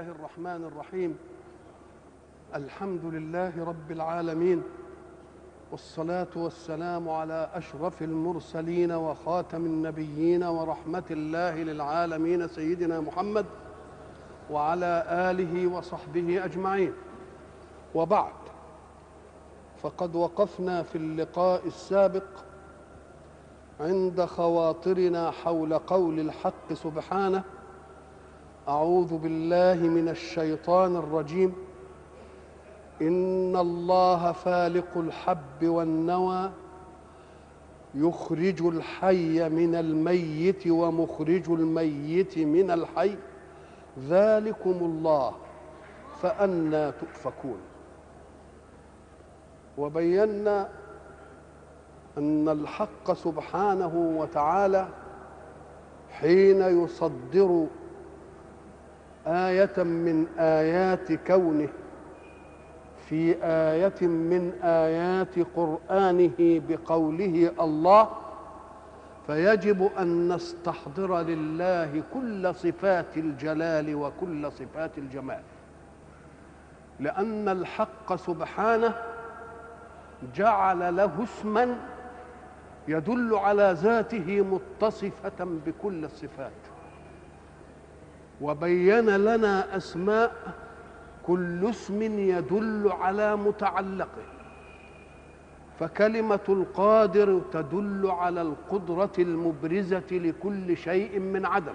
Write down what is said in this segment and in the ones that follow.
الله الرحمن الرحيم. الحمد لله رب العالمين، والصلاة والسلام على أشرف المرسلين وخاتم النبيين ورحمة الله للعالمين سيدنا محمد وعلى آله وصحبه أجمعين. وبعد، فقد وقفنا في اللقاء السابق عند خواطرنا حول قول الحق سبحانه: أعوذ بالله من الشيطان الرجيم، إن الله فالق الحب والنوى يخرج الحي من الميت ومخرج الميت من الحي ذلكم الله فأنى تؤفكون. وبينا أن الحق سبحانه وتعالى حين يصدر آية من آيات كونه في آية من آيات قرآنه بقوله الله، فيجب أن نستحضر لله كل صفات الجلال وكل صفات الجمال، لأن الحق سبحانه جعل له اسما يدل على ذاته متصفة بكل الصفات، وبين لنا أسماء كل اسم يدل على متعلقه. فكلمة القادر تدل على القدرة المبرزة لكل شيء من عدم،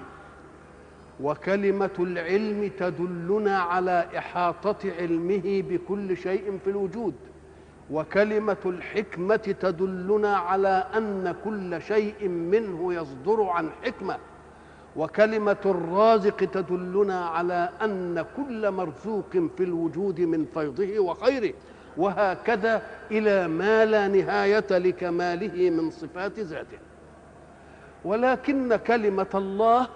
وكلمة العلم تدلنا على إحاطة علمه بكل شيء في الوجود، وكلمة الحكمة تدلنا على أن كل شيء منه يصدر عن حكمة، وكلمة الرازق تدلنا على أن كل مرزوق في الوجود من فيضه وخيره، وهكذا إلى ما لا نهاية لكماله من صفات ذاته. ولكن كلمة الله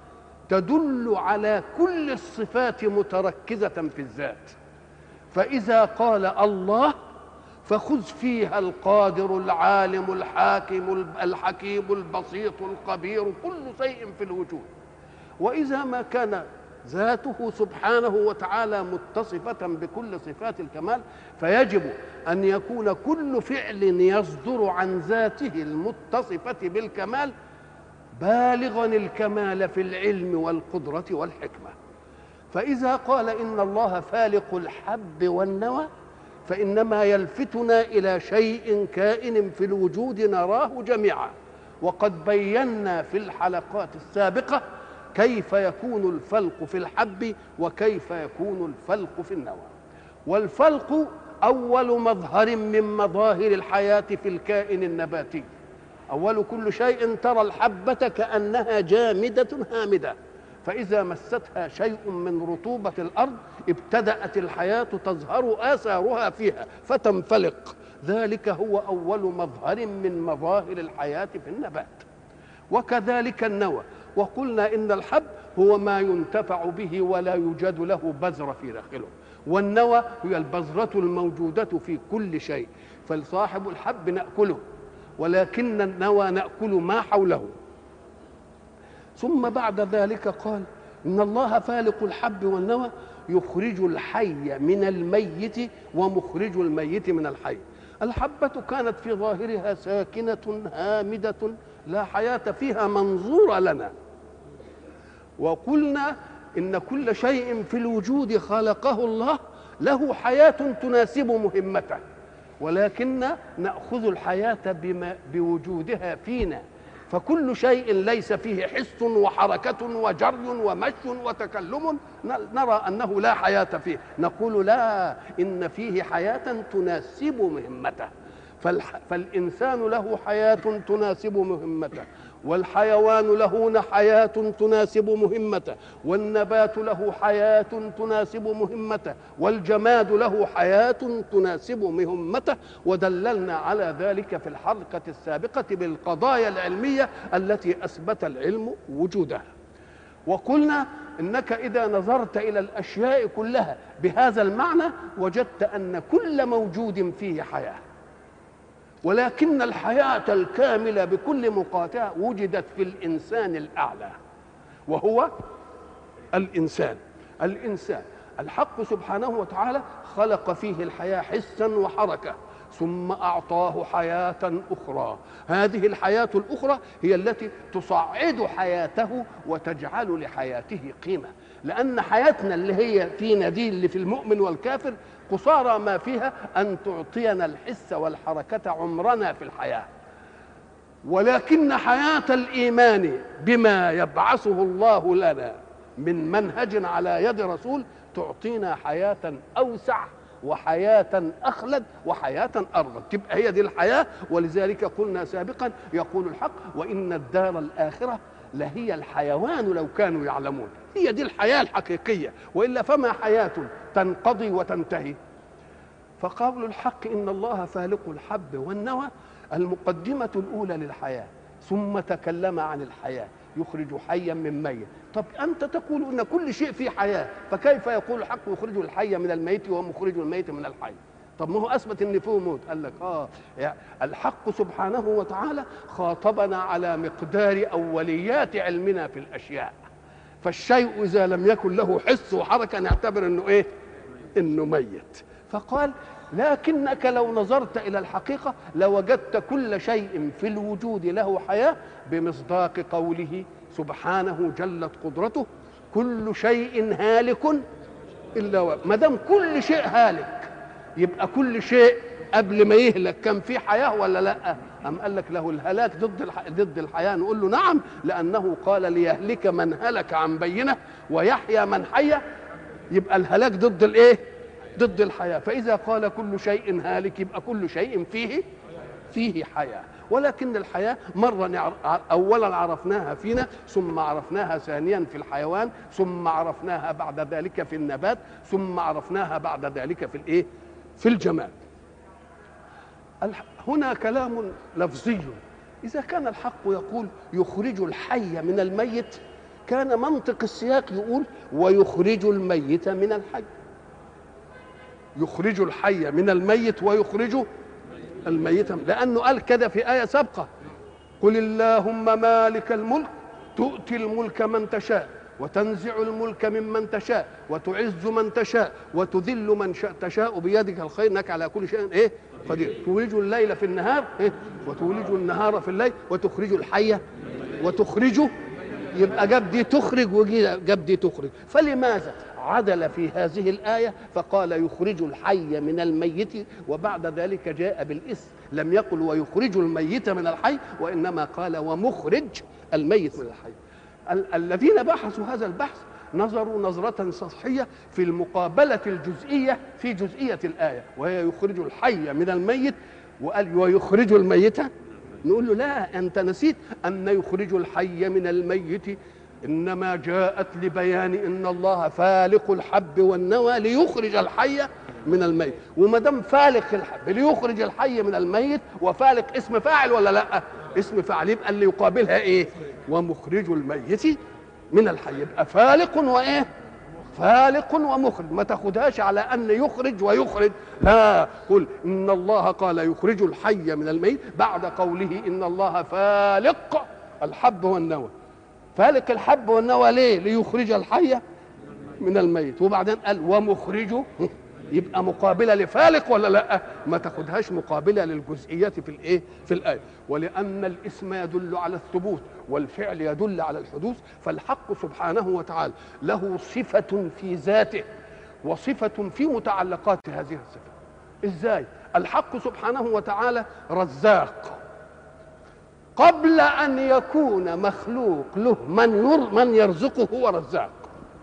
تدل على كل الصفات متركزة في الذات، فإذا قال الله فخذ فيها القادر العالم الحكيم البسيط الخبير كل شيء في الوجود. وإذا ما كان ذاته سبحانه وتعالى متصفة بكل صفات الكمال، فيجب أن يكون كل فعل يصدر عن ذاته المتصفة بالكمال بالغا الكمال في العلم والقدرة والحكمة. فإذا قال إن الله فالق الحب والنوى، فإنما يلفتنا إلى شيء كائن في الوجود نراه جميعا، وقد بينا في الحلقات السابقة كيف يكون الفلق في الحب وكيف يكون الفلق في النوى. والفلق أول مظهر من مظاهر الحياة في الكائن النباتي. أول كل شيء ترى الحبة كأنها جامدة هامدة، فإذا مستها شيء من رطوبة الأرض ابتدأت الحياة تظهر آثارها فيها فتنفلق. ذلك هو أول مظهر من مظاهر الحياة في النبات. وكذلك النوى، وقلنا إن الحب هو ما ينتفع به ولا يوجد له بذرة في داخله، والنوى هي البذرة الموجودة في كل شيء. فصاحب الحب نأكله، ولكن النوى نأكل ما حوله. ثم بعد ذلك قال إن الله فالق الحب والنوى يخرج الحي من الميت ومخرج الميت من الحي. الحبة كانت في ظاهرها ساكنة هامدة لا حياة فيها منظورة لنا، وقلنا إن كل شيء في الوجود خلقه الله له حياة تناسب مهمته، ولكن نأخذ الحياة بوجودها فينا. فكل شيء ليس فيه حس وحركة وجري ومشي وتكلم نرى أنه لا حياة فيه، نقول لا، إن فيه حياة تناسب مهمته. فالإنسان له حياة تناسب مهمته، والحيوان له حياة تناسب مهمته، والنبات له حياة تناسب مهمته، والجماد له حياة تناسب مهمته. ودللنا على ذلك في الحلقة السابقة بالقضايا العلمية التي أثبت العلم وجودها. وقلنا إنك إذا نظرت إلى الأشياء كلها بهذا المعنى وجدت أن كل موجود فيه حياة، ولكن الحياة الكاملة بكل مقاطعها وجدت في الإنسان الأعلى، وهو الإنسان. الإنسان الحق سبحانه وتعالى خلق فيه الحياة حسا وحركة، ثم أعطاه حياة أخرى. هذه الحياة الأخرى هي التي تصعد حياته وتجعل لحياته قيمة، لأن حياتنا اللي هي فينا دي اللي في المؤمن والكافر قصارى ما فيها أن تعطينا الحس والحركة عمرنا في الحياة، ولكن حياة الإيمان بما يبعثه الله لنا من منهج على يد رسول تعطينا حياة أوسع وحياة أخلد وحياة أرغب، تبقى هي دي الحياة. ولذلك قلنا سابقا يقول الحق: وإن الدار الآخرة لهي الحيوان لو كانوا يعلمون. هي دي الحياة الحقيقية، وإلا فما حياة تنقضي وتنتهي. فقول الحق: إن الله فالق الحب والنوى المقدمة الأولى للحياة، ثم تكلم عن الحياة يخرج حيا من ميت. طب أنت تقول أن كل شيء فيه حياة، فكيف يقول الحق يخرج الحي من الميت ومخرج الميت من الحي؟ طب ما هو أثبت أن فيه موت. قال لك يعني الحق سبحانه وتعالى خاطبنا على مقدار أوليات علمنا في الأشياء، فالشيء إذا لم يكن له حس وحركة نعتبر أنه إيه؟ أنه ميت. فقال: لكنك لو نظرت إلى الحقيقة لوجدت كل شيء في الوجود له حياة، بمصداق قوله سبحانه جلت قدرته: كل شيء هالك إلا ما دام كل شيء هالك يبقى كل شيء قبل ما يهلك كان في حياة ولا لا؟ أم قال لك له الهلاك ضد الحياة؟ نقول له نعم، لأنه قال: ليهلك من هلك عن بينة ويحيى من حي. يبقى الهلاك ضد الايه؟ ضد الحياة. فإذا قال كل شيء هالك يبقى كل شيء فيه حياة. ولكن الحياة مرة أولا عرفناها فينا، ثم عرفناها ثانيا في الحيوان، ثم عرفناها بعد ذلك في النبات، ثم عرفناها بعد ذلك في الايه؟ في الجماد. هنا كلام لفظي. إذا كان الحق يقول يخرج الحي من الميت، كان منطق السياق يقول ويخرج الميت من الحي. يخرج الحي من الميت ويخرج الميت، لأنه قال كده في آية سابقة: قل اللهم مالك الملك تؤتي الملك من تشاء وتنزع الملك ممن تشاء وتعز من تشاء وتذل من تشاء بيدك الخير انك على كل شيء ايه قدير. تولج الليل في النهار ايه وتولج النهار في الليل وتخرج الحي وتخرجه. يبقى جاب دي تخرج وجاب دي تخرج. فلماذا عدل في هذه الآية فقال يخرج الحي من الميت، وبعد ذلك جاء بالاسم؟ لم يقل ويخرج الميت من الحي، وإنما قال ومخرج الميت من الحي. الذين بحثوا هذا البحث نظروا نظرة سطحية في المقابلة الجزئية في جزئية الآية، وهي يخرج الحي من الميت، وقال ويخرج الميت. نقول له لا، أنت نسيت أن يخرج الحي من الميت إنما جاءت لبيان إن الله فالق الحب والنوى ليخرج الحي من الميت. وما دام فالق الحب ليخرج الحي من الميت، وفالق اسم فاعل ولا لا؟ اسم فاعل، يبقى اللي يقابلها ايه؟ ومخرج الميت من الحي. يبقى فالق وايه؟ فالق ومخرج. ما تاخدهاش على ان يخرج ويخرج، لا، قل ان الله قال يخرج الحي من الميت بعد قوله ان الله فالق الحب والنوى. فالق الحب والنوى ليه؟ ليخرج الحي من الميت. وبعدين قال ومخرجه، يبقى مقابله لفالق ولا لا؟ ما تاخدهاش مقابله للجزئيات في الايه؟ في الايه. ولان الاسم يدل على الثبوت والفعل يدل على الحدوث، فالحق سبحانه وتعالى له صفه في ذاته وصفه في متعلقات هذه الصفه. ازاي؟ الحق سبحانه وتعالى رزاق، قبل ان يكون مخلوق له من يرزقه هو رزاق.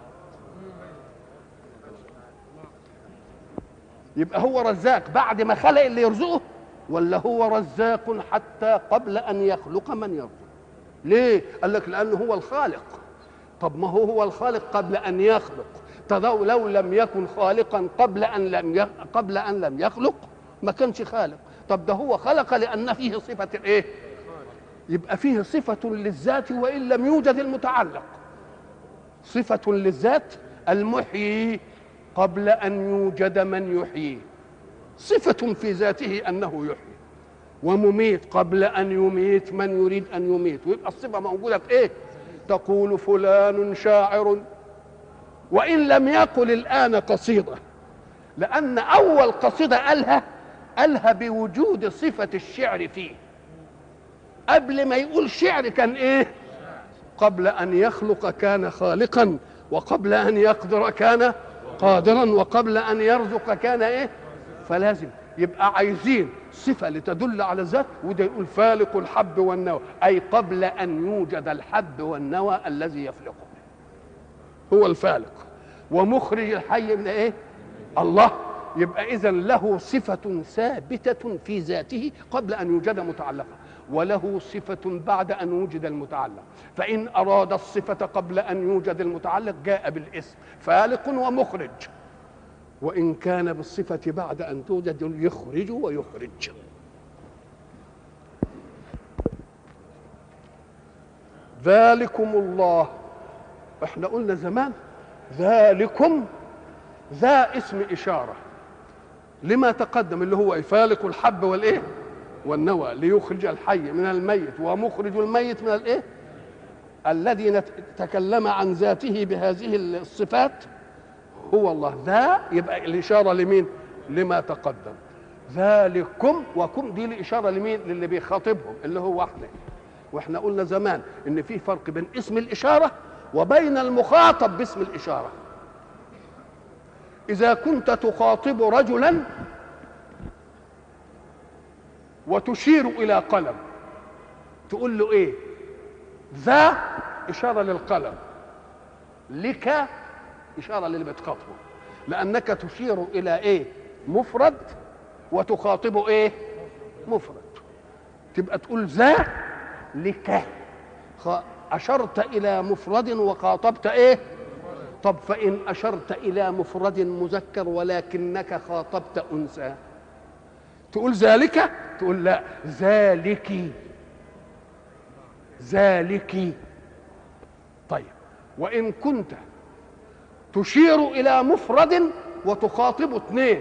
يبقى هو رزاق بعد ما خلق اللي يرزقه، ولا هو رزاق حتى قبل ان يخلق من يرزقه؟ ليه؟ قال لك لانه هو الخالق. طب ما هو الخالق قبل ان يخلق. لو لم يكن خالقا قبل ان لم يخلق ما كانش خالق. طب ده هو خلق لان فيه صفه الايه؟ يبقى فيه صفه للذات وان لم يوجد المتعلق. صفه للذات المحيي قبل أن يوجد من يحييه، صفة في ذاته أنه يحيي، ومميت قبل أن يميت من يريد أن يميت. ويبقى الصفة موجودة في إيه؟ تقول فلان شاعر وإن لم يقل الآن قصيدة، لأن أول قصيدة قالها بوجود صفة الشعر فيه. قبل ما يقول شعر كان إيه؟ قبل أن يخلق كان خالقا، وقبل أن يقدر كان قادرا، وقبل أن يرزق كان إيه؟ فلازم يبقى عايزين صفة لتدل على الذات، وده يقول فالق الحب والنوى، أي قبل أن يوجد الحب والنوى الذي يفلقه هو الفالق، ومخرج الحي من إيه؟ الله. يبقى إذن له صفة ثابتة في ذاته قبل أن يوجد متعلقة، وله صفة بعد أن وجد المتعلق. فإن أراد الصفة قبل أن يوجد المتعلق جاء بالاسم فالق ومخرج، وإن كان بالصفة بعد أن توجد يخرج ويخرج. ذلكم الله، احنا قلنا زمان ذلكم، ذا اسم إشارة لما تقدم اللي هو فالق الحب والإيه والنوى، ليخرج الحي من الميت ومخرج الميت من الإيه الذي تكلم عن ذاته بهذه الصفات هو الله. ذا يبقى الإشارة لمين؟ لما تقدم. ذلكم، وكم دي الإشارة لمين؟ للي بيخاطبهم اللي هو احنا. واحنا قلنا زمان ان في فرق بين اسم الإشارة وبين المخاطب باسم الإشارة. إذا كنت تخاطب رجلا وتشير إلى قلم تقول له إيه؟ ذا إشارة للقلم، لك إشارة للي بتخاطبه، لأنك تشير إلى إيه؟ مفرد، وتخاطبه إيه؟ مفرد. تبقى تقول ذا لك، أشرت إلى مفرد وخاطبت إيه؟ طب فإن أشرت إلى مفرد مذكر ولكنك خاطبت أنثى تقول ذلك؟ تقول لا، ذلك، ذلك. طيب وإن كنت تشير إلى مفرد وتخاطب اثنين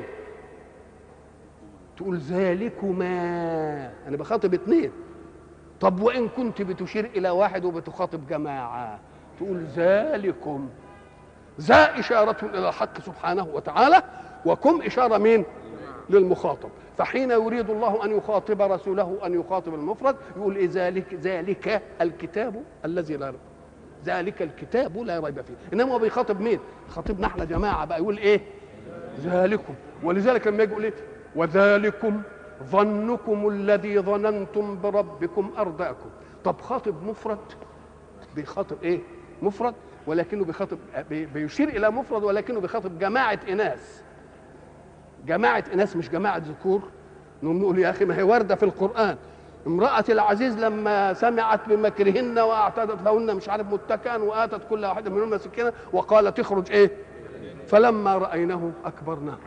تقول ذلكما، أنا بخاطب اثنين. طب وإن كنت بتشير إلى واحد وبتخاطب جماعة تقول ذلكم. ذا إشارة إلى الحق سبحانه وتعالى، وكم إشارة مين؟ للمخاطب. فحين يريد الله أن يخاطب رسوله أن يخاطب المفرد يقول إيه؟ ذلك الكتاب الذي لا ريب، ذلك الكتاب لا ريب فيه. إنما هو بيخاطب مين؟ خاطبنا احنا جماعة بقى، يقول إيه؟ ذلكم. ولذلك لما يقول إيه؟ وذلكم ظنكم الذي ظننتم بربكم أرداكم. طب خاطب مفرد، بيخاطب إيه؟ مفرد، ولكنه بيخاطب، بيشير إلى مفرد ولكنه بيخاطب جماعة إناث، جماعة إناث مش جماعة ذكور. نقول يا أخي ما هي واردة في القرآن، امرأة العزيز لما سمعت بمكرهن واعتدت لهن مش عارف متكئا وآتت كل واحدة منهن سكينة وقالت اخرج إيه؟ فلما رأينه أكبرناه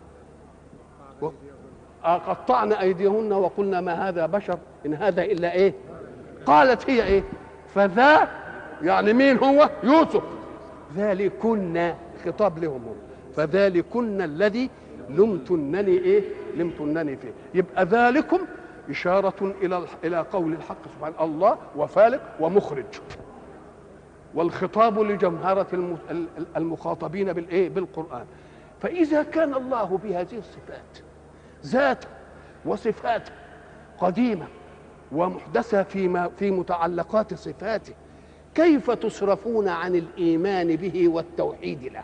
قطعن أيديهن وقلنا ما هذا بشر إن هذا إلا إيه؟ قالت هي إيه؟ فذا يعني مين هو؟ يوسف. ذلكن خطاب لهم هم، فذلكن الذي لمتنني إيه؟ لمتنني فيه. يبقى ذلكم إشارة إلى قول الحق سبحانه الله وفالق ومخرج، والخطاب لجمهرة المخاطبين بالإيه؟ بالقرآن. فإذا كان الله بهذه الصفات ذات وصفات قديمة ومحدثة في متعلقات صفاته، كيف تصرفون عن الإيمان به والتوحيد له؟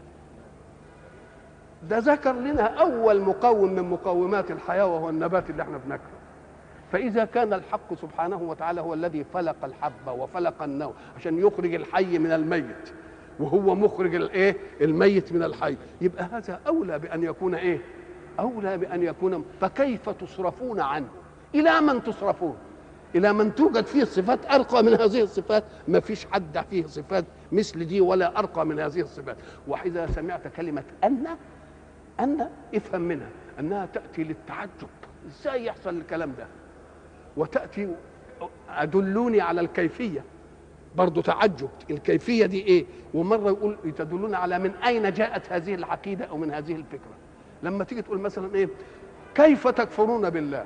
ده ذكر لنا أول مقوم من مقومات الحياة وهو النبات اللي احنا بناكله. فإذا كان الحق سبحانه وتعالى هو الذي فلق الحب وفلق النوى عشان يخرج الحي من الميت، وهو مخرج الايه؟ الميت من الحي، يبقى هذا أولى بأن يكون ايه؟ أولى بأن يكون. فكيف تصرفون عنه؟ إلى من تصرفون؟ إلى من توجد فيه صفات أرقى من هذه الصفات؟ ما فيش حد فيه صفات مثل دي ولا أرقى من هذه الصفات. وإذا سمعت كلمة أن افهم منها أنها تأتي للتعجب، إزاي يحصل الكلام ده؟ وتأتي أدلوني على الكيفية، برضو تعجب، الكيفية دي إيه؟ ومرة يقول تدلون على من أين جاءت هذه العقيدة أو من هذه الفكرة. لما تيجي تقول مثلا إيه؟ كيف تكفرون بالله؟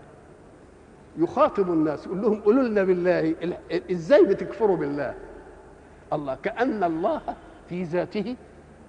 يخاطب الناس يقول لهم قولوا لنا بالله ازاي بتكفروا بالله؟ الله، كأن الله في ذاته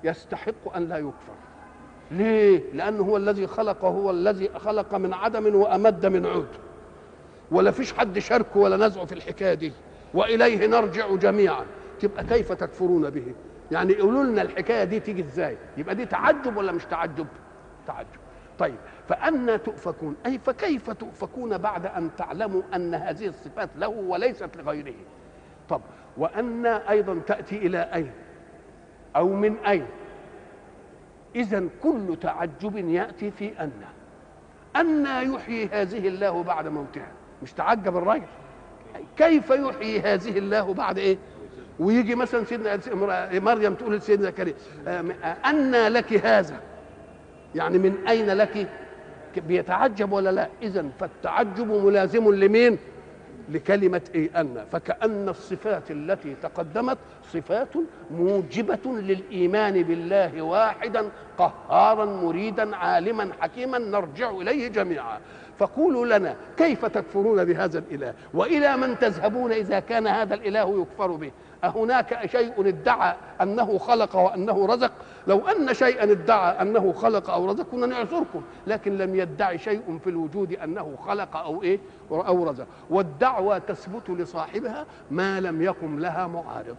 يستحق أن لا يكفر. ليه؟ لأنه هو الذي خلق، هو الذي خلق من عدم وأمد من عود، ولا فيش حد شاركه ولا نزعه في الحكاية دي، وإليه نرجع جميعا. تبقى كيف تكفرون به؟ يعني يقولوا لنا الحكاية دي تيجي ازاي؟ يبقى دي تعجب ولا مش تعجب؟ تعجب. طيب فأنا تؤفكون، أي فكيف تؤفكون بعد أن تعلموا أن هذه الصفات له وليست لغيره؟ طب وأن أيضا تأتي إلى أين أو من أين؟ إذن كل تعجب يأتي في أن يحيي هذه الله بعد موتها. مش تعجب الرجل كيف يحيي هذه الله بعد إيه؟ ويجي مثلا سيدنا مريم تقول لسيدنا زكريا أن لك هذا، يعني من أين لك؟ بيتعجب ولا لا؟ إذن فالتعجب ملازم لمين؟ لكلمة إيه؟ أن. فكأن الصفات التي تقدمت صفات موجبة للإيمان بالله واحدا قهارا مريدا عالما حكيما نرجع إليه جميعا. فقولوا لنا كيف تكفرون بهذا الإله؟ وإلى من تذهبون إذا كان هذا الإله يكفر به؟ أهناك شيء ادعى أنه خلق وأنه رزق؟ لو أن شيئا ادعى أنه خلق أو رزق كنا نعذركم، لكن لم يدعي شيء في الوجود أنه خلق أو إيه أو رزق. والدعوة تثبت لصاحبها ما لم يقم لها معارض.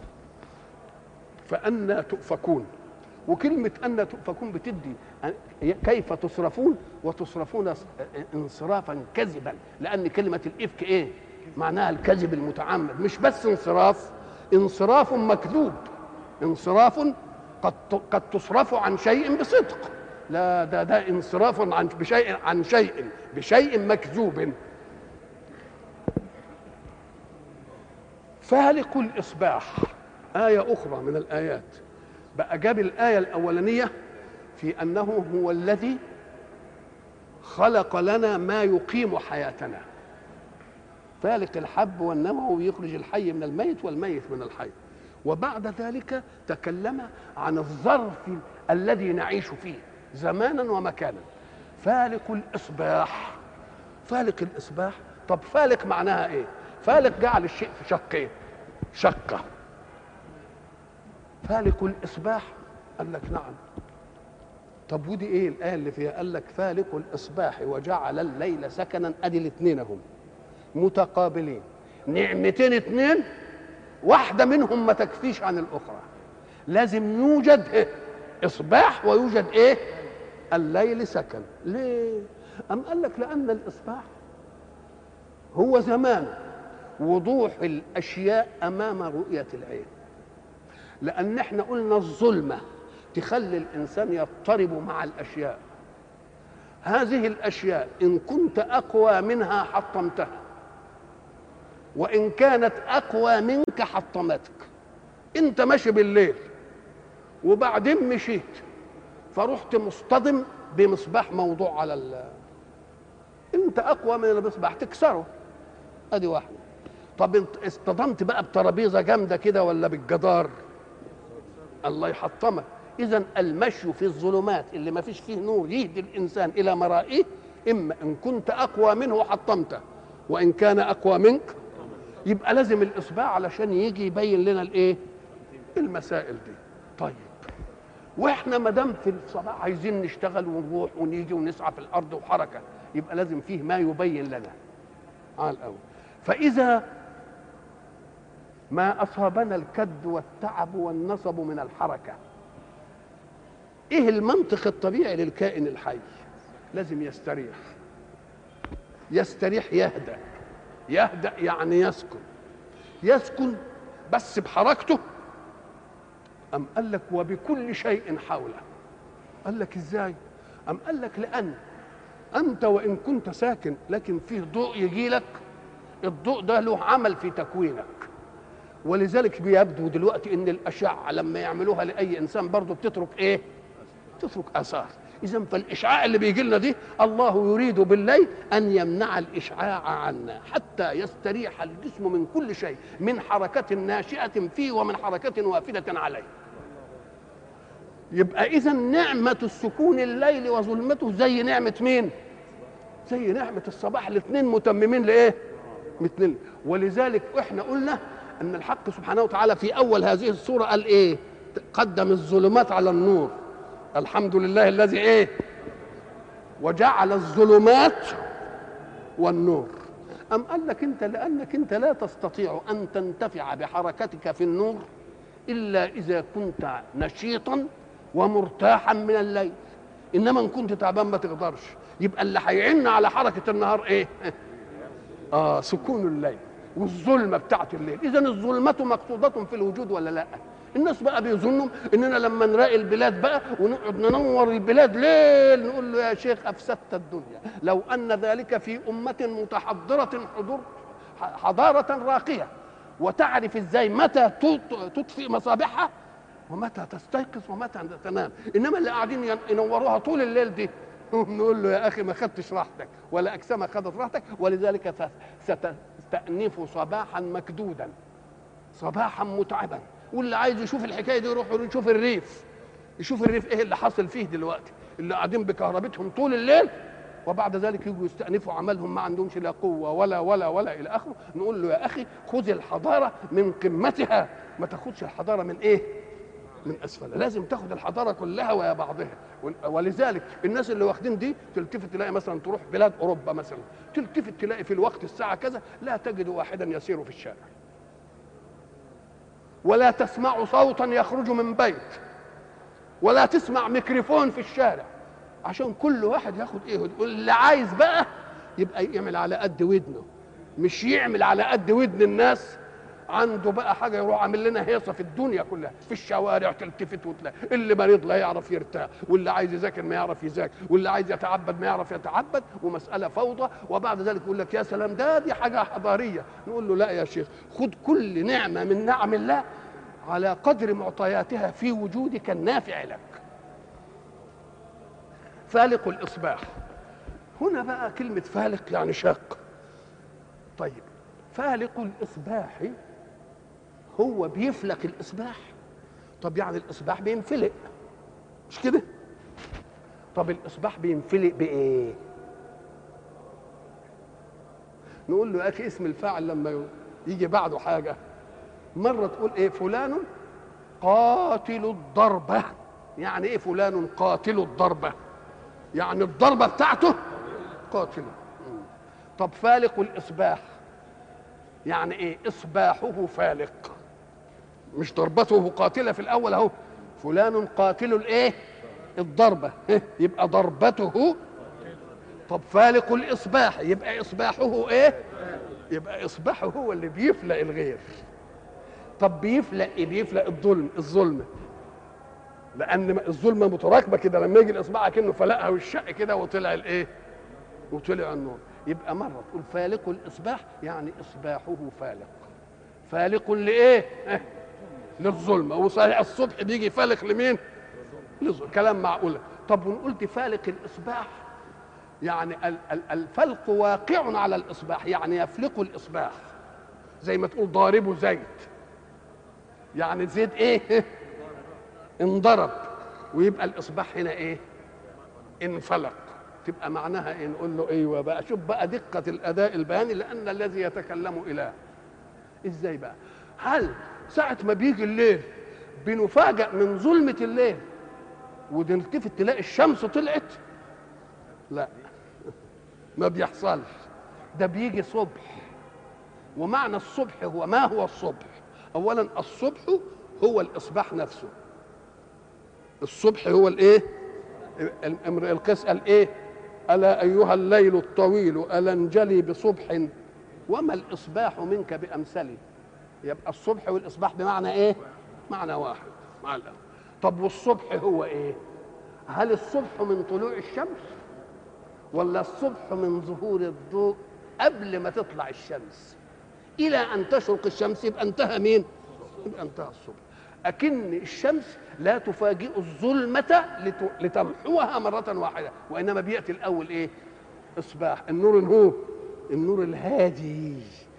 فأنا تؤفكون، وكلمة أن تؤفكون بتدي كيف تصرفون، وتصرفون انصرافا كذبا، لأن كلمة الإفك إيه؟ معناها الكذب المتعمد، مش بس انصراف مكذوب، انصراف قد تصرف عن شيء بصدق، لا ده انصراف عن شيء بشيء مكذوب. فالق الإصباح آية أخرى من الآيات، بقى جاب الآية الأولانية في أنه هو الذي خلق لنا ما يقيم حياتنا، فالق الحب والنوى ويخرج الحي من الميت والميت من الحي. وبعد ذلك تكلم عن الظرف الذي نعيش فيه زمانا ومكانا. فالق الإصباح، فالق الإصباح. طب فالق معناها إيه؟ فالق جعل الشيء في شقين، شقة. فالق الإصباح قال لك نعم. طب ودي إيه الآية اللي فيها؟ قال لك فالق الإصباح وجعل الليل سكنا. أدي الاثنين هم متقابلين، نعمتين اثنين، واحدة منهم ما تكفيش عن الأخرى، لازم يوجد إيه؟ إصباح ويوجد إيه؟ الليل سكن. ليه؟ أم قال لك لأن الإصباح هو زمان وضوح الأشياء أمام رؤية العين، لأن احنا قلنا الظلمة تخلي الإنسان يضطرب مع الأشياء. هذه الأشياء إن كنت أقوى منها حطمتها، وإن كانت أقوى منك حطمتك. أنت ماشي بالليل وبعدين مشيت فرحت مصطدم بمصباح موضوع على أنت أقوى من المصباح تكسره، أدي واحدة. طب انت اصطدمت بقى بترابيزة جامدة كده ولا بالجدار، الله يحطمك. إذن المشي في الظلمات اللي ما فيش فيه نور يهدي الإنسان إلى مرائه، إما إن كنت أقوى منه حطمته، وإن كان أقوى منك. يبقى لازم الإصباح علشان يجي يبين لنا الإيه؟ المسائل دي. طيب وإحنا ما دام في الصباح عايزين نشتغل ونروح ونيجي ونسعى في الأرض وحركة، يبقى لازم فيه ما يبين لنا على الأول. فإذا ما أصابنا الكد والتعب والنصب من الحركة، إيه المنطق الطبيعي للكائن الحي؟ لازم يستريح. يستريح يهدأ، يهدأ يعني يسكن. يسكن بس بحركته. أم قال لك وبكل شيء حوله. قال لك إزاي؟ أم قال لك لأن أنت وإن كنت ساكن لكن فيه ضوء يجي لك، الضوء ده له عمل في تكوينك، ولذلك بيبدو دلوقتي ان الاشعه لما يعملوها لاي انسان برضه بتترك ايه؟ تترك اثار. اذا فالاشعاع اللي بيجي لنا دي الله يريد بالليل ان يمنع الاشعاع عنا حتى يستريح الجسم من كل شيء، من حركه ناشئه فيه ومن حركه وافده عليه. يبقى اذا نعمه السكون الليل وظلمته زي نعمه مين؟ زي نعمه الصباح. الاثنين متممين لايه؟ ولذلك احنا قلنا ان الحق سبحانه وتعالى في اول هذه السوره قال ايه؟ قدم الظلمات على النور. الحمد لله الذي ايه؟ وجعل الظلمات والنور. أم قال لك انت لانك انت لا تستطيع ان تنتفع بحركتك في النور الا اذا كنت نشيطا ومرتاحا من الليل، انما ان كنت تعبان ما تقدرش. يبقى اللي هيعن على حركه النهار ايه؟ سكون الليل والظلمه بتاعت الليل. اذا الظلمه مقصوده في الوجود ولا لا؟ الناس بقى بيظنوا اننا لما نراقي البلاد بقى ونقعد ننور البلاد ليل نقول له يا شيخ افسدت الدنيا. لو ان ذلك في امه متحضره حضاره راقيه وتعرف ازاي متى تطفئ مصابيحها ومتى تستيقظ ومتى تنام. انما اللي قاعدين ينوروها طول الليل دي نقول له يا اخي ما خدتش راحتك ولا اجسامك خدت راحتك. ولذلك ستأنف صباحا مكدودا، صباحا متعبا. واللي عايز يشوف الحكايه دي يروح يشوف الريف، يشوف الريف ايه اللي حاصل فيه دلوقتي، اللي قاعدين بكهربتهم طول الليل وبعد ذلك يجوا يستأنفوا عملهم ما عندهمش لا قوه ولا الى اخره. نقول له يا اخي خذ الحضاره من قمتها، ما تاخدش الحضاره من ايه؟ من اسفلها. لازم تاخد الحضاره كلها ويا بعضها. ولذلك الناس اللي واخدين دي تلتفت تلاقي مثلا تروح بلاد اوروبا مثلا، تلتفت تلاقي في الوقت الساعه كذا لا تجد واحدا يسير في الشارع، ولا تسمع صوتا يخرج من بيت، ولا تسمع ميكروفون في الشارع، عشان كل واحد ياخد ايه. اللي عايز بقى يبقى يعمل على قد ودنه، مش يعمل على قد ودن الناس. عنده بقى حاجه يروح عامل لنا هيصه في الدنيا كلها، في الشوارع تلتفت وتلاقي اللي مريض لا يعرف يرتاح، واللي عايز يذاكر ما يعرف يذاكر، واللي عايز يتعبد ما يعرف يتعبد، ومساله فوضى. وبعد ذلك يقول لك يا سلام دي حاجه حضاريه. نقول له لا يا شيخ، خد كل نعمه من نعم الله على قدر معطياتها في وجودك النافع لك. فالق الإصباح، هنا بقى كلمة فالق يعني شاق. طيب فالق الإصباح هو بيفلق الإصباح؟ طب يعني الإصباح بينفلق مش كده؟ طب الإصباح بينفلق بإيه؟ نقول له يا أخي اسم الفاعل لما يجي بعده حاجة، مرة تقول إيه؟ فلان قاتل الضربة. يعني إيه فلان قاتل الضربة؟ يعني الضربة بتاعته قاتلة. طب فالق الإصباح يعني إيه؟ إصباحه فالق، مش ضربته قاتلة في الأول أهو. فلان قاتل الإيه؟ الضربة، يبقى ضربته. طب فالق الإصباح يبقى إصباحه إيه؟ يبقى إصباحه هو اللي بيفلق الغير. طب بيفلق إيه؟ بيفلق الظلم، لأن الظلمة متراكبة كده، لما يجي الإصبع كأنه فلقها والشق كده وطلع الإيه؟ وطلع النور. يبقى مرة تقول فالق الإصباح يعني إصباحه فالق. فالق لإيه؟ للظلمة. وصحيح الصبح بيجي فالق لمين؟ كلام معقول. طب ونقولت فالق الإصباح يعني الفلق واقع على الإصباح، يعني يفلق الإصباح. زي ما تقول ضاربه زيت، يعني زيت إيه؟ انضرب، ويبقى الإصباح هنا إيه؟ انفلق. تبقى معناها إيه؟ نقول له أيوه بقى. شوف بقى دقة الأداء البياني، لأن الذي يتكلم إله. إزاي بقى؟ هل ساعة ما بيجي الليل بنفاجأ من ظلمة الليل ونلتفت تلاقي الشمس طلعت؟ لا، ما بيحصلش. ده بيجي صبح. ومعنى الصبح هو ما هو الصبح؟ أولا الصبح هو الإصباح نفسه. الصبح هو الايه؟ امرئ القيس قال ايه؟ الا ايها الليل الطويل الا انجلي بصبح وما الاصباح منك بامثلي. يبقى الصبح والاصباح بمعنى ايه؟ معنى واحد. معنى. طب والصبح هو ايه؟ هل الصبح من طلوع الشمس ولا الصبح من ظهور الضوء قبل ما تطلع الشمس الى ان تشرق الشمس؟ يبقى انتهى مين؟ يبقى انتهى الصبح. أكن الشمس لا تفاجئ الظلمة لتمحوها مرة واحدة، وإنما بيأتي الأول إيه؟ إصباح. النور هو النور الهادي.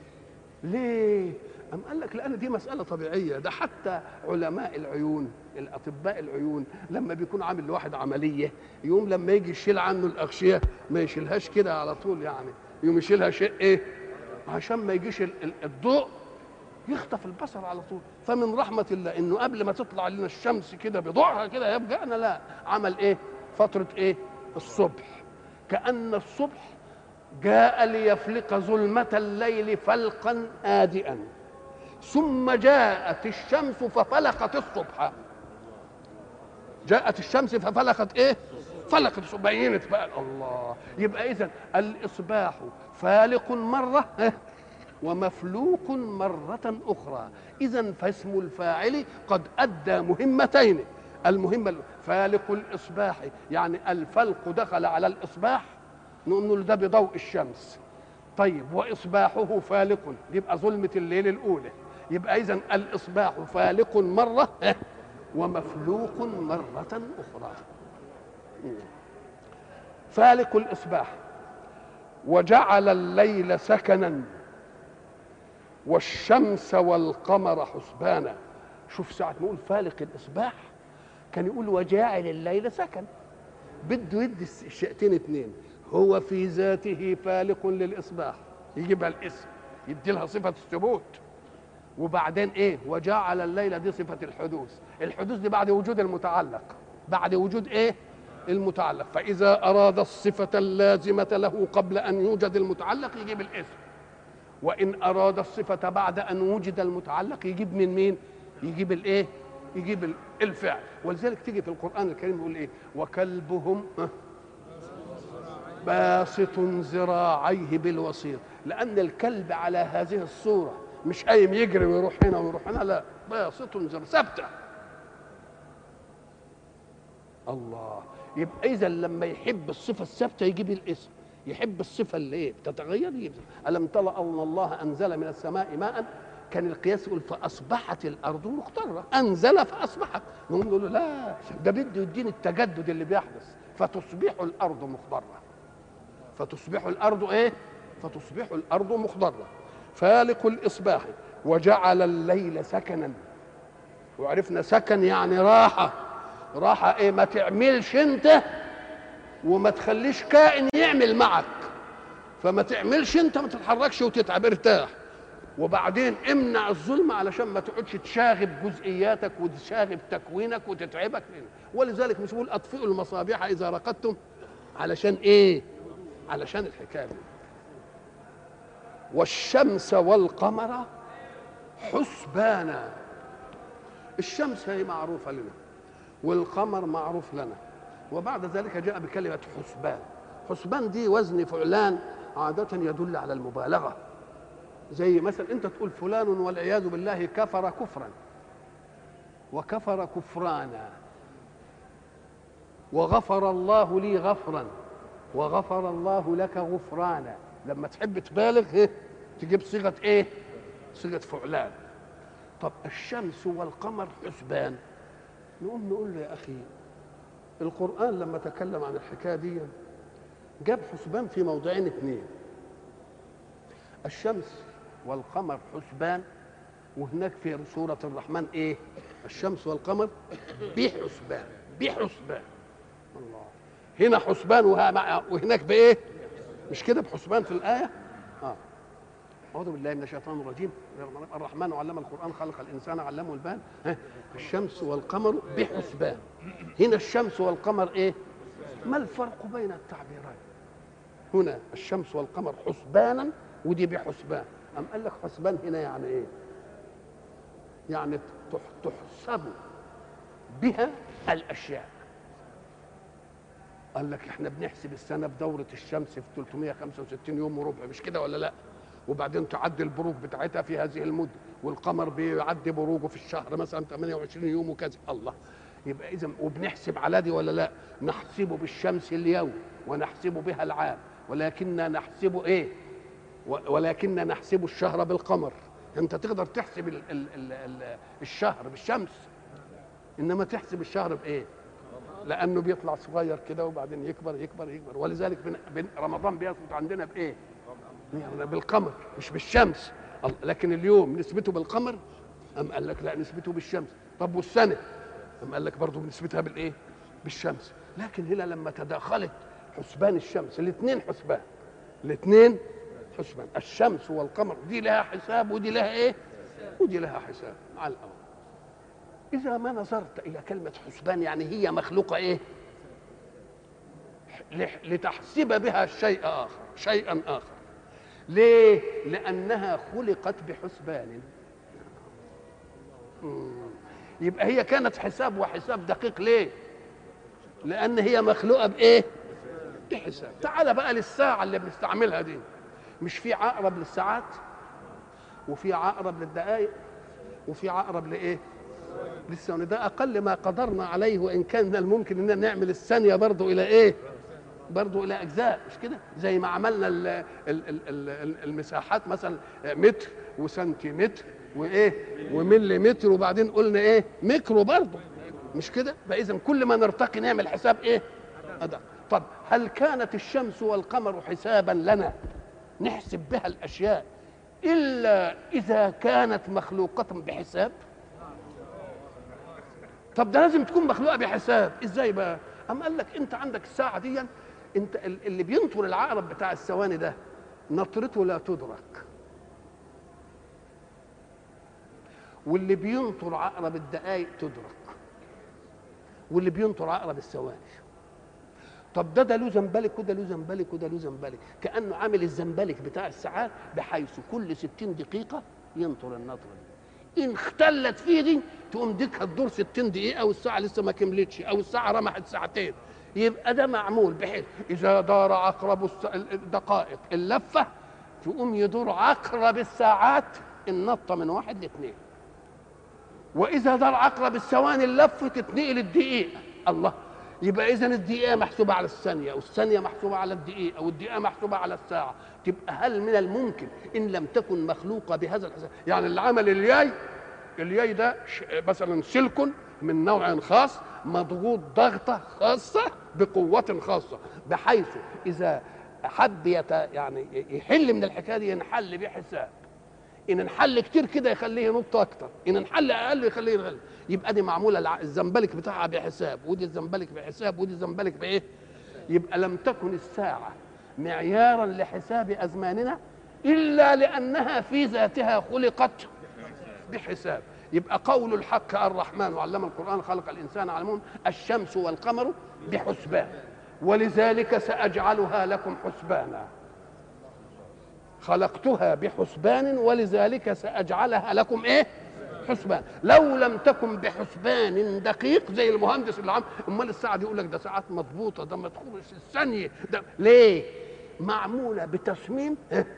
ليه؟ أم قال لك لأن دي مسألة طبيعية. ده حتى علماء العيون، الأطباء العيون، لما بيكون عامل لواحد عملية يوم لما يجي يشيل عنه الأغشية ما يشيلهاش كده على طول، يعني يوم يشيلها شيء إيه؟ عشان ما يجيش الضوء يخطف البصر على طول. فمن رحمة الله انه قبل ما تطلع لنا الشمس كده بضوعها كده يبقى انا لا عمل ايه؟ فترة ايه؟ الصبح. كأن الصبح جاء ليفلق ظلمة الليل فلقا هادئا، ثم جاءت الشمس ففلقت الصبح. جاءت الشمس ففلقت ايه؟ فلقت، بينت بقى الله. يبقى اذا الاصباح فالق مره ومفلوق مرة أخرى. إذا فاسم الفاعل قد أدى مهمتين. المهمة فالق الإصباح، يعني الفلق دخل على الإصباح، نقول له ده بضوء الشمس. طيب وإصباحه فالق، يبقى ظلمة الليل الأولى. يبقى إذا الإصباح فالق مرة ومفلوق مرة أخرى. فالق الإصباح وجعل الليل سكنا والشمس والقمر حسبانا. شوف ساعة ما يقول فالق الإصباح كان يقول وجاعل الليل سكن، بده يدي الشيئتين اتنين. هو في ذاته فالق للإصباح، يجيبها الاسم يدي لها صفة الثبوت. وبعدين ايه؟ وجعل الليل دي صفة الحدوث. الحدوث دي بعد وجود المتعلق، بعد وجود ايه؟ المتعلق. فإذا أراد الصفة اللازمة له قبل أن يوجد المتعلق يجيب الاسم، وإن أراد الصفة بعد أن وجد المتعلق يجيب من مين؟ يجيب الايه؟ يجيب الفعل. ولذلك تيجي في القرآن الكريم يقول ايه؟ وكلبهم باسط ذراعيه بالوصير. لأن الكلب على هذه الصورة مش قايم يجري ويروح هنا ويروح هنا، لا، باسط ذراعيه ثابتة. الله. يبقى إذا لما يحب الصفة الثابتة يجيب الاسم، يحب الصفة اللي ايه؟ بتتغير يجيب. ألم ترى أن الله أنزل من السماء ماء؟ كان القياس يقول فأصبحت الأرض مخضرة، أنزل فأصبحت. نقول له لا، ده بده يديني التجدد اللي بيحدث، فتصبح الأرض مخضرة. فتصبح الأرض إيه؟ فتصبح الأرض مخضرة. فالق الإصباح وجعل الليل سكنا. وعرفنا سكن يعني راحة. راحة إيه؟ ما تعملش أنت وما تخليش كائن يعمل معك. فما تعملش أنت، ما تتحركش وتتعب، ارتاح. وبعدين امنع الظلم علشان ما تقعدش تشاغب جزئياتك وتشاغب تكوينك وتتعبك. ولذلك مش بقول اطفئوا المصابيح اذا رقدتم، علشان ايه؟ علشان الحكايه دي. والشمس والقمر حسبانا. الشمس هي معروفه لنا والقمر معروف لنا، وبعد ذلك جاء بكلمه حسبان. حسبان دي وزن فعلان عاده يدل على المبالغه. زي مثلا انت تقول فلان والعياذ بالله كفر كفرا، وكفر كفرانا، وغفر الله لي غفرا، وغفر الله لك غفرانا. لما تحب تبالغ تجيب صيغه ايه؟ صيغه فعلان. طب الشمس والقمر حسبان، نقول له يا اخي القران لما تكلم عن الحكايه دي جاب حسبان في موضعين اثنين. الشمس والقمر حسبان، وهناك في سورة الرحمن ايه؟ الشمس والقمر بحسبان. بحسبان. الله. هنا حسبان وهناك بايه؟ مش كده بحسبان في الآية؟ أعوذ بالله من الشيطان الرجيم. الرحمن علم القرآن خلق الإنسان علمه البيان. الشمس والقمر بحسبان. هنا الشمس والقمر ايه؟ ما الفرق بين التعبيرين؟ هنا الشمس والقمر حسبانا ودي بحسبان. أم قال لك حسبان هنا يعني ايه؟ يعني تحسب بها الاشياء. قال لك احنا بنحسب السنه بدوره الشمس في 365 يوم وربع، مش كده ولا لا؟ وبعدين تعدي البروج بتاعتها في هذه المده، والقمر بيعدي بروجه في الشهر مثلا 28 يوم وكذا. الله. يبقى اذا وبنحسب على دي ولا لا؟ نحسب بالشمس اليوم ونحسب بها العام، ولكننا نحسب ايه؟ ولكننا نحسب الشهر بالقمر. انت تقدر تحسب الشهر بالشمس، انما تحسب الشهر بايه؟ لانه بيطلع صغير كده وبعدين يكبر يكبر يكبر. ولذلك رمضان بيثبت عندنا بايه؟ بالقمر مش بالشمس. لكن اليوم نسبته بالقمر، ام قال لك لا نسبته بالشمس. طب والسنه؟ ام قال لك برضه بنسبتها بالايه؟ بالشمس. لكن هنا لما تداخلت حسبان الشمس، الاثنين حسبان، الاثنين حسبان. الشمس والقمر دي لها حساب ودي لها ايه؟ ودي لها حساب على الأول. إذا ما نظرت إلى كلمة حسبان يعني هي مخلوقة إيه؟ لتحسب بها شيئا آخر. ليه؟ لأنها خلقت بحسبان. يبقى هي كانت حساب، وحساب دقيق. ليه؟ لأن هي مخلوقة بإيه؟ بحساب. تعال بقى للساعة اللي بنستعملها دي، مش في عقرب للساعات، وفي عقرب للدقائق، وفي عقرب لإيه؟ للثواني. ده أقل ما قدرنا عليه، وإن كان من الممكن إننا نعمل الثانية برضو إلى إيه؟ برضو إلى أجزاء، مش كده؟ زي ما عملنا المساحات مثلا متر وسنتيمتر وإيه ومليمتر، وبعدين قلنا إيه؟ ميكرو برضو، مش كده؟ فإذا كل ما نرتقي نعمل حساب إيه؟ أدق. طب هل كانت الشمس والقمر حسابا لنا نحسب بها الأشياء إلا إذا كانت مخلوقة بحساب؟ طب ده لازم تكون مخلوقة بحساب. إزاي بقى؟ أم قال لك أنت عندك الساعة دي، أنت اللي بينطر العقرب بتاع الثواني ده نطرته لا تدرك، واللي بينطر عقرب الدقائق تدرك، واللي بينطر عقرب الثواني. طب ده له زنبلك وده له زنبلك وده له زنبلك، كأنه عامل الزنبلك بتاع الساعات بحيث كل 60 دقيقة ينطر النطرة دي. إن اختلت فيه دي تقوم ديك هتدور 60 دقيقة والساعة لسه ما كملتش، أو الساعة رمحت ساعتين. يبقى ده معمول بحيث إذا دار عقرب الدقائق اللفة تقوم يدور عقرب الساعات النطة من 1 ل2، وإذا دار عقرب الثواني اللفة تتنقل الدقيقة. الله، يبقى إذن الدقيقة محسوبة على الثانية، والثانية محسوبة على الدقيقة، والدقيقة محسوبة على الساعة. تبقى هل من الممكن إن لم تكن مخلوقة بهذا الحساب؟ يعني اللي عمل الياي ده مثلا سلك من نوع خاص مضغوط ضغطة خاصة بقوة خاصة، بحيث إذا حب يعني يحل من الحكاية دي ينحل بحساب. إن انحل كتير كده يخليه ينط أكتر، إن انحل أقل يخليه ينغل. يبقى دي معمولة الزنبلك بتاعها بحساب، ودي الزنبلك بحساب، ودي الزنبلك بإيه؟ يبقى لم تكن الساعة معيارا لحساب أزماننا إلا لأنها في ذاتها خلقت بحساب. يبقى قول الحق الرحمن وعلم القرآن خلق الإنسان علمون الشمس والقمر بحسبان ولذلك سأجعلها لكم حسبانا، خلقتها بحسبان ولذلك سأجعلها لكم ايه؟ حسبان. لو لم تكن بحسبان دقيق زي المهندس اللي عم، امال الساعه دي يقول لك ده ساعات مضبوطه، ده ما تخرجش الثانيه، ده ليه؟ معموله بتصميم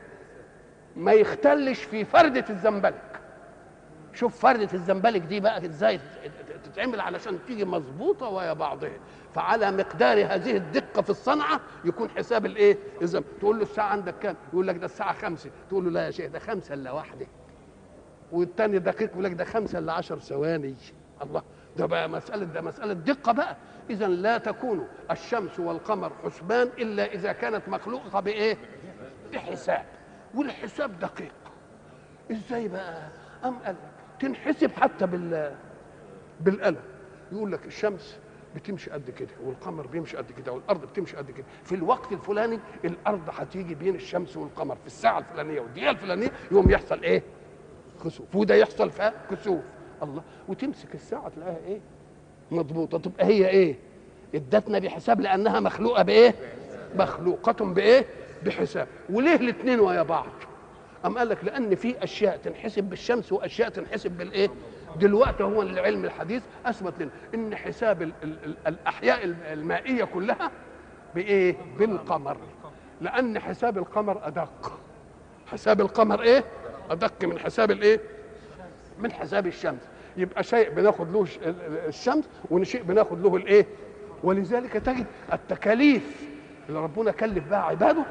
ما يختلش في فرده الزنبلك. شوف فرده الزنبلك دي بقى ازاي تتعمل علشان تيجي مظبوطه ويا بعضها. فعلى مقدار هذه الدقه في الصنعه يكون حساب الايه؟ تقول له الساعه عندك كام؟ يقول لك ده الساعه 5، تقول له لا يا شيخ ده 5 إلا 1، والثاني دقيق يقول لك ده 5 إلا 10 ثواني. الله، ده بقى مساله دقه بقى. اذا لا تكون الشمس والقمر حسبان الا اذا كانت مخلوقه بايه؟ بحساب، والحساب دقيق. ازاي بقى؟ قال تنحسب حتى بالقلم. يقول لك الشمس بتمشي قد كده، والقمر بيمشي قد كده، والارض بتمشي قد كده. في الوقت الفلاني الارض هتيجي بين الشمس والقمر في الساعه الفلانيه والدقيقه الفلانيه، يوم يحصل ايه؟ خسوف، وده يحصل فيها كسوف. الله، وتمسك الساعه تلاقيها ايه؟ مضبوطه. تبقى هي ايه؟ ادتنا بحساب لانها مخلوقه بايه؟ مخلوقه بايه؟ بحساب. وليه الاثنين ويا بعض؟ قال لك لان في اشياء تنحسب بالشمس واشياء تنحسب بالايه؟ دلوقتي هو العلم الحديث اثبت لنا ان حساب الاحياء المائيه كلها بايه؟ بالقمر. لان حساب القمر ادق. حساب القمر ايه؟ ادق من حساب الايه؟ من حساب الشمس. يبقى شيء بناخد له الشمس وشيء بناخد له الايه؟ ولذلك تجد التكاليف اللي ربنا كلف بها عباده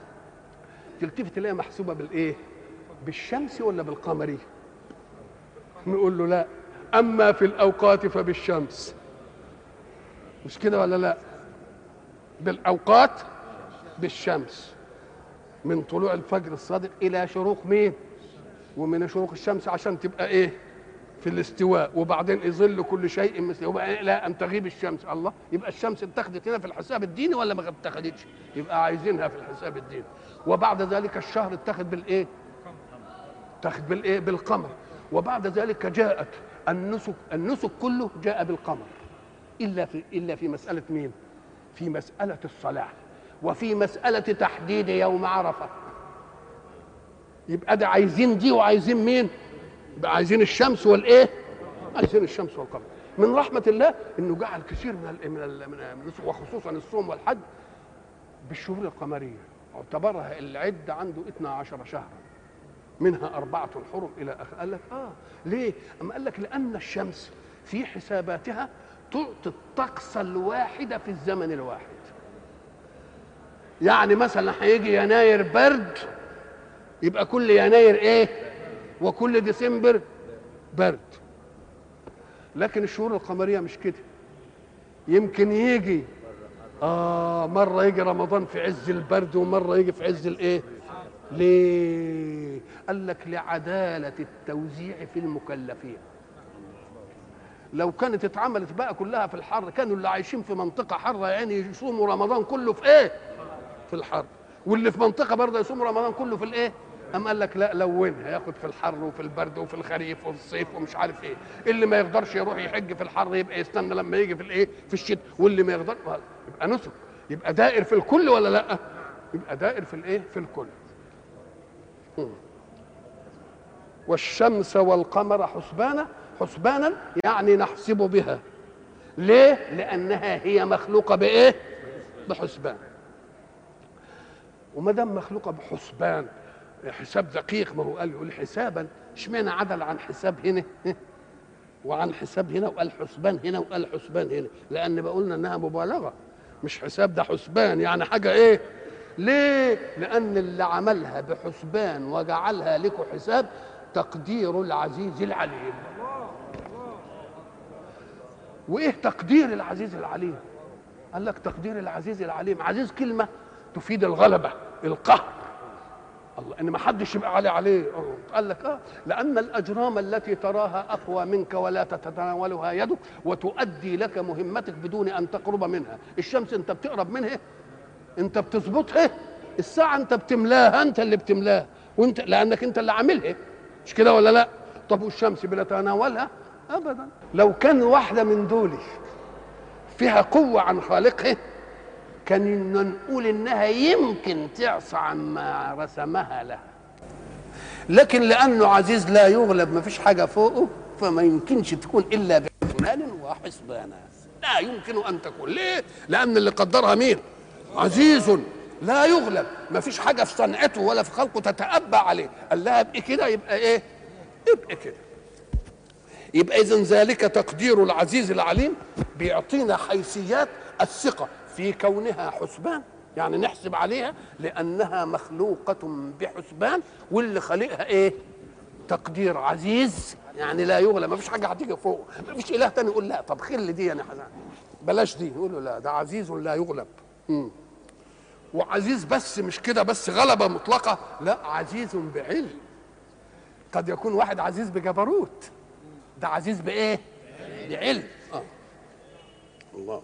تلتفت تلاقيها محسوبه بالايه؟ بالشمس ولا بالقمري؟ نقول له لا، اما في الاوقات فبالشمس. مش كده ولا لا؟ بالاوقات بالشمس، من طلوع الفجر الصادق الى شروق مين؟ ومن شروق الشمس عشان تبقى ايه؟ في الاستواء، وبعدين يظل كل شيء مثله، يبقى لا ان تغيب الشمس. الله، يبقى الشمس اتخذت هنا في الحساب الديني ولا ما اتخذتش؟ يبقى عايزينها في الحساب الديني. وبعد ذلك الشهر اتخذ بالايه؟ اتخذ بالايه؟ بالقمر. وبعد ذلك جاءت النسك كله جاء بالقمر إلا في مسألة مين؟ في مسألة الصلاة وفي مسألة تحديد يوم عرفة. يبقى ده عايزين دي وعايزين مين؟ يبقى عايزين الشمس والإيه؟ عايزين الشمس والقمر. من رحمة الله إنه جعل كثير من النسك وخصوصا الصوم والحج بالشهور القمرية، اعتبرها العدة عنده 12 شهرا منها 4 حرم إلى آخر. قال لك ليه؟ أما قال لك لأن الشمس في حساباتها تعطي الطقس الواحدة في الزمن الواحد. يعني مثلا هيجي يناير برد، يبقى كل يناير ايه؟ وكل ديسمبر برد. لكن الشهور القمرية مش كده، يمكن يجي مرة يجي رمضان في عز البرد ومرة يجي في عز الايه؟ ليه؟ قال لك لعدالة التوزيع في المكلفين. لو كانت اتعملت بقى كلها في الحر كانوا اللي عايشين في منطقة حارة يعني يصوموا رمضان كله في ايه؟ في الحر، واللي في منطقة برضه يصوموا رمضان كله في الايه؟ أم قال لك لا، لونها، ياخد في الحر وفي البرد وفي الخريف وفي الصيف ومش عارف ايه. اللي ما يقدرش يروح يحج في الحر يبقى يستنى لما يجي في الايه؟ في الشتاء، واللي ما يقدر يبقى نسك، يبقى دائر في الكل ولا لا؟ يبقى دائر في الايه؟ في الكل. والشمس والقمر حسبانا يعني نحسب بها. ليه؟ لأنها هي مخلوقة بإيه؟ بحسبان. وما دام مخلوقة بحسبان، حساب دقيق، ما هو قال يقول حسابا، اشمعنى عدل عن حساب هنا وعن حساب هنا وقال حسبان هنا وقال حسبان هنا؟ لأن بقولنا إنها مبالغة، مش حساب، ده حسبان يعني حاجة إيه؟ ليه؟ لأن اللي عملها بحسبان وجعلها لكم حساب تقدير العزيز العليم. وايه تقدير العزيز العليم؟ قال لك تقدير العزيز العليم، عزيز كلمه تفيد الغلبه، القهر، الله، ان ما حدش يبقى عليه. قال لك لان الاجرام التي تراها اقوى منك ولا تتناولها يدك وتؤدي لك مهمتك بدون ان تقرب منها. الشمس انت بتقرب منها، انت بتظبطها، الساعه انت بتملاها، انت اللي بتملاها، وانت لانك انت اللي عاملها، مش كده ولا لا؟ طب والشمس بنتناولها؟ ابدا. لو كان واحده من دول فيها قوه عن خالقها كان نقول انها يمكن تعصى عما رسمها لها، لكن لانه عزيز لا يغلب، ما فيش حاجه فوقه، فما يمكنش تكون الا بحسبان وحسبانا، لا يمكن ان تكون. ليه؟ لان اللي قدرها مين؟ عزيز لا يغلب، ما فيش حاجه في صنعته ولا في خلقه تتأبى عليه. قال لها ابقي كده، يبقى ايه؟ يبقى كده. يبقى اذن ذلك تقدير العزيز العليم بيعطينا حيثيات الثقه في كونها حسبان، يعني نحسب عليها لانها مخلوقه بحسبان، واللي خلقها ايه؟ تقدير عزيز يعني لا يغلب، ما فيش حاجه هتيجي فوق، ما فيش اله تاني يقول لا طب خل دي يعني حزان بلاش دي، يقول له لا ده عزيز لا يغلب. وعزيز بس مش كده بس غلبه مطلقه، لا، عزيز بعلم. قد يكون واحد عزيز بجبروت، ده عزيز بايه؟ بعلم. الله.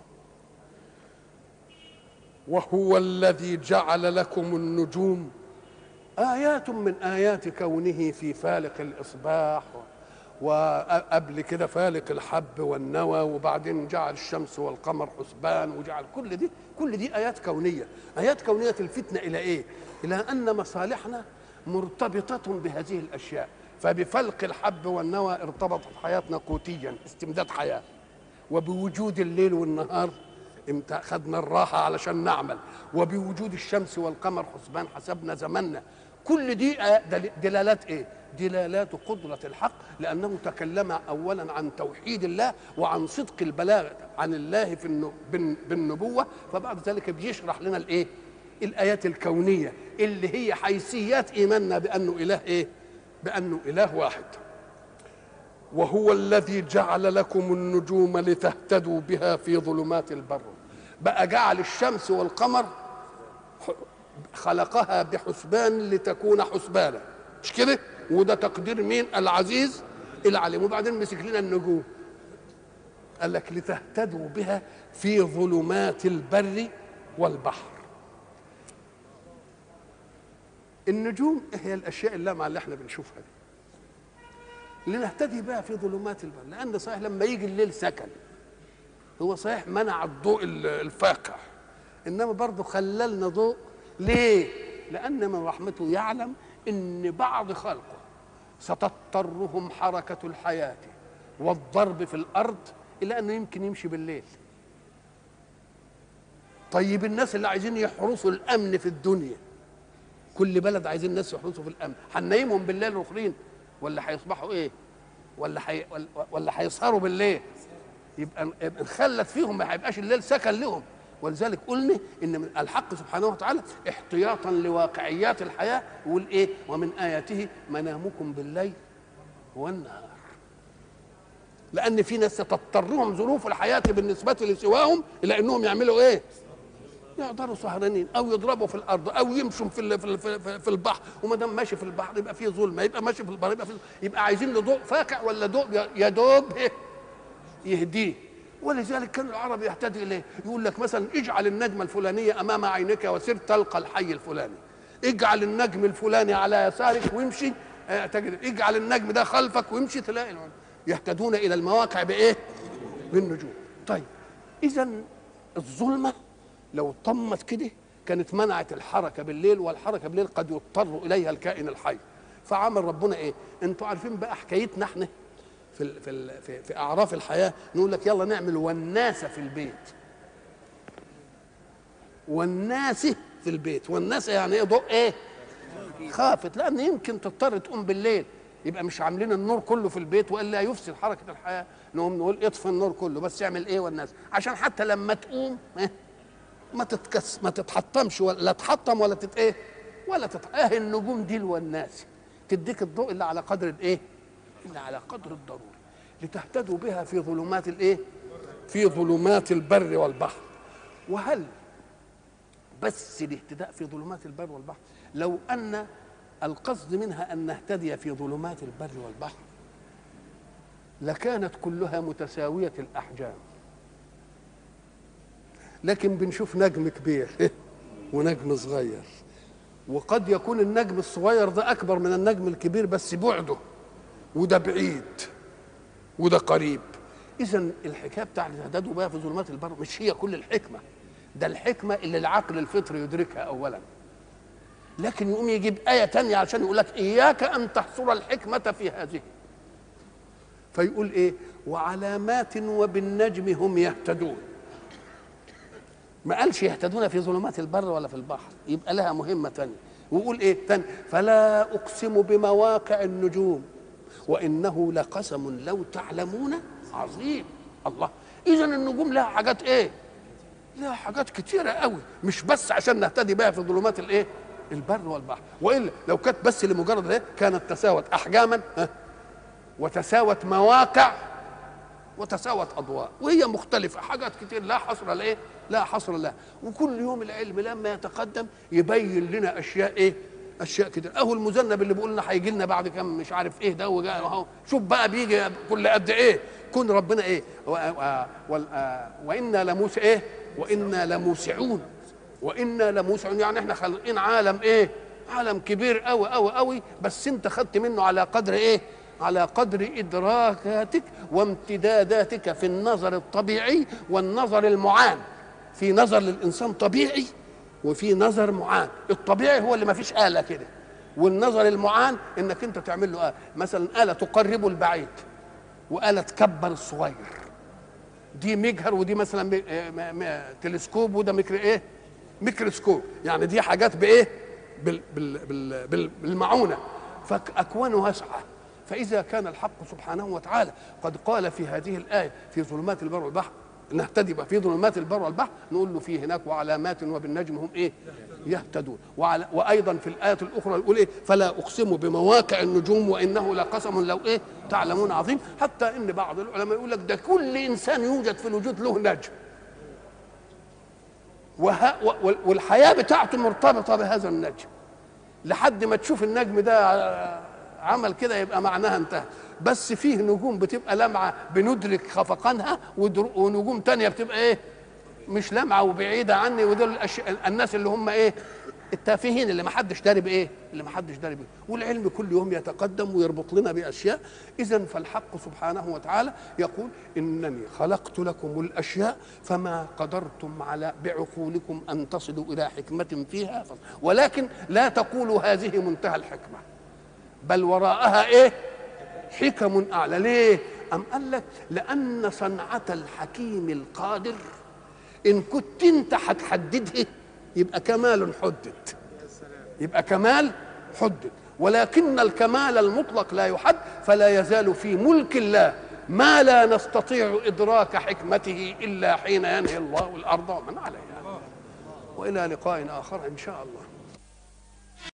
وهو الذي جعل لكم النجوم آيات من آيات كونه في فالق الإصباح، وقبل كده فالق الحب والنوى، وبعدين جعل الشمس والقمر حسبان، وجعل كل دي آيات كونية. آيات كونية تلفتنا إلى إيه؟ إلى أن مصالحنا مرتبطة بهذه الأشياء. فبفلق الحب والنوى ارتبطت حياتنا قوتيا، استمداد حياة، وبوجود الليل والنهار امتى خدنا الراحة علشان نعمل، وبوجود الشمس والقمر حسبان حسبنا زمننا. كل دي دلالات ايه؟ دلالات قدرة الحق، لأنه تكلم أولا عن توحيد الله وعن صدق البلاغ عن الله بالنبوة، فبعد ذلك بيشرح لنا الايه؟ الآيات الكونية اللي هي حيثيات إيماننا بأنه إله ايه؟ بأنه إله واحد. وهو الذي جعل لكم النجوم لتهتدوا بها في ظلمات البر. بقى جعل الشمس والقمر خلقها بحسبان لتكون حسبانا، مش كده؟ وده تقدير مين؟ العزيز العليم. وبعدين مسك لنا النجوم، قال لك لتهتدوا بها في ظلمات البر والبحر. النجوم هي الاشياء اللامعه اللي احنا بنشوفها دي. لنهتدي بها في ظلمات البر، لان صحيح لما يجي الليل سكن، هو صحيح منع الضوء الفاقع، انما برضه خللنا ضوء. ليه؟ لان من رحمته يعلم ان بعض خلقه ستضطرهم حركه الحياه والضرب في الارض الى انه يمكن يمشي بالليل. طيب الناس اللي عايزين يحرسوا الامن في الدنيا، كل بلد عايزين الناس يحرسوا في الامن، هننيمهم بالليل رخرين ولا هيصبحوا ايه؟ ولا هيسهروا بالليل؟ يبقى نخلت فيهم، ما هيبقاش الليل سكن لهم. ولذلك قلنا ان من الحق سبحانه وتعالى احتياطا لواقعيات الحياه يقول ايه؟ ومن اياته منامكم بالليل والنهار. لان في ناس ستضطرهم ظروف الحياه بالنسبه لسواهم الى انهم يعملوا ايه؟ يقدروا سهرانين او يضربوا في الارض او يمشوا في البحر، وما دام ماشي في البحر يبقى فيه ظلمه، يبقى ماشي في البحر يبقى عايزين له ضوء فاقع ولا ضوء يدوب يهديه. ولذلك كان العرب يهتدي اليه، يقول لك مثلا اجعل النجمه الفلانيه امام عينك وسر تلقى الحي الفلاني، اجعل النجم الفلاني على يسارك وامشي تجد، اجعل النجم ده خلفك وامشي تلاقي يهتدون الى المواقع بايه؟ بالنجوم. طيب اذا الظلمه لو طمت كده كانت منعت الحركه بالليل، والحركه بالليل قد يضطر اليها الكائن الحي. فعمل ربنا ايه؟ انتوا عارفين بقى حكايتنا احنا في اعراف الحياه، نقول لك يلا نعمل والناس في البيت. والناس في البيت، والناس يعني ايه؟ ضوء ايه؟ خافت، لان يمكن تضطر تقوم بالليل، يبقى مش عاملين النور كله في البيت والا يفسد حركه الحياه، نقوم نقول اطفي النور كله بس يعمل ايه والناس، عشان حتى لما تقوم ما تتحطمش، ولا تحطم ولا ايه ولا النجوم دي والناس تديك الضوء اللي على قدر الايه؟ اللي على قدر الضروري، لتهتدوا بها في ظلمات الايه؟ في ظلمات البر والبحر. وهل بس الاهتداء في ظلمات البر والبحر؟ لو ان القصد منها ان نهتدي في ظلمات البر والبحر لكانت كلها متساويه الاحجام، لكن بنشوف نجم كبير ونجم صغير، وقد يكون النجم الصغير ده اكبر من النجم الكبير بس بعده، وده بعيد وده قريب. اذا الحكايه بتاع الاهتداء بها في ظلمات البر مش هي كل الحكمه، ده الحكمه اللي العقل الفطري يدركها اولا، لكن يقوم يجيب ايه تانية عشان يقول لك اياك ان تحصر الحكمه في هذه، فيقول ايه؟ وعلامات وبالنجم هم يهتدون. ما قالش يهتدون في ظلمات البر ولا في البحر، يبقى لها مهمه تانية. ويقول ايه تاني؟ فلا اقسم بمواقع النجوم وانه لقسم لو تعلمون عظيم. الله، اذا النجوم لها حاجات ايه؟ لها حاجات كتيره قوي، مش بس عشان نهتدي بها في ظلمات الايه؟ البر والبحر، والا لو كانت بس لمجرد ايه كانت تساوت احجاما وتساوت مواقع وتساوت اضواء، وهي مختلفه حاجات كتير لا حصر لايه؟ لا حصر لها. وكل يوم العلم لما يتقدم يبين لنا اشياء ايه؟ اشياء كتير. اهو المذنب اللي بيقول لنا هيجي لنا بعد كام مش عارف ايه ده، اهو شوف بقى بيجي كل قد ايه. كون ربنا ايه؟ وانا لموسى ايه؟ وانا لموسعون، وانا لموسعون، يعني احنا خالقين عالم ايه؟ عالم كبير قوي قوي قوي، بس انت خدت منه على قدر ايه؟ على قدر ادراكاتك وامتداداتك في النظر الطبيعي والنظر المعان. في نظر للانسان طبيعي وفي نظر معان. الطبيعي هو اللي ما فيش آلة كده، والنظر المعان انك انت تعمل له مثلا آلة تقرب البعيد وآلة تكبر الصغير، دي مجهر ودي مثلا تلسكوب وده ميكروسكوب، يعني دي حاجات بايه؟ بالمعونة، فأكوانه واسعة. فإذا كان الحق سبحانه وتعالى قد قال في هذه الآية في ظلمات البر والبحر نهتدي في ظلمات البر والبحر، نقول له في هناك وعلامات وبالنجم هم ايه؟ يهتدون. وايضا في الايه الاخرى يقول ايه؟ فلا اقسم بمواقع النجوم وانه لقسم لو ايه؟ تعلمون عظيم. حتى ان بعض العلماء يقول لك ده كل انسان يوجد في الوجود له نجم، والحياه بتاعته مرتبطه بهذا النجم، لحد ما تشوف النجم ده عمل كده يبقى معناها انتهى. بس فيه نجوم بتبقى لمعه بندرك خفقانها، ونجوم تانية بتبقى ايه؟ مش لمعه وبعيده عني، ودول الناس اللي هم ايه؟ التافهين اللي ما حدش داري بايه، اللي ما حدش داري بيه. والعلم كل يوم يتقدم ويربط لنا باشياء. اذا فالحق سبحانه وتعالى يقول انني خلقت لكم الاشياء فما قدرتم على بعقولكم ان تصلوا الى حكمه فيها، ولكن لا تقولوا هذه منتهى الحكمه، بل وراءها ايه؟ حكم اعلى. ليه؟ ام قال لك لان صنعه الحكيم القادر ان كنت انت هتحددها يبقى كمال حدد، يبقى كمال حدد. ولكن الكمال المطلق لا يحد، فلا يزال في ملك الله ما لا نستطيع إدراك حكمته إلا حين ينهي الله الأرض ومن عليها. وإلى لقاء آخر إن شاء الله.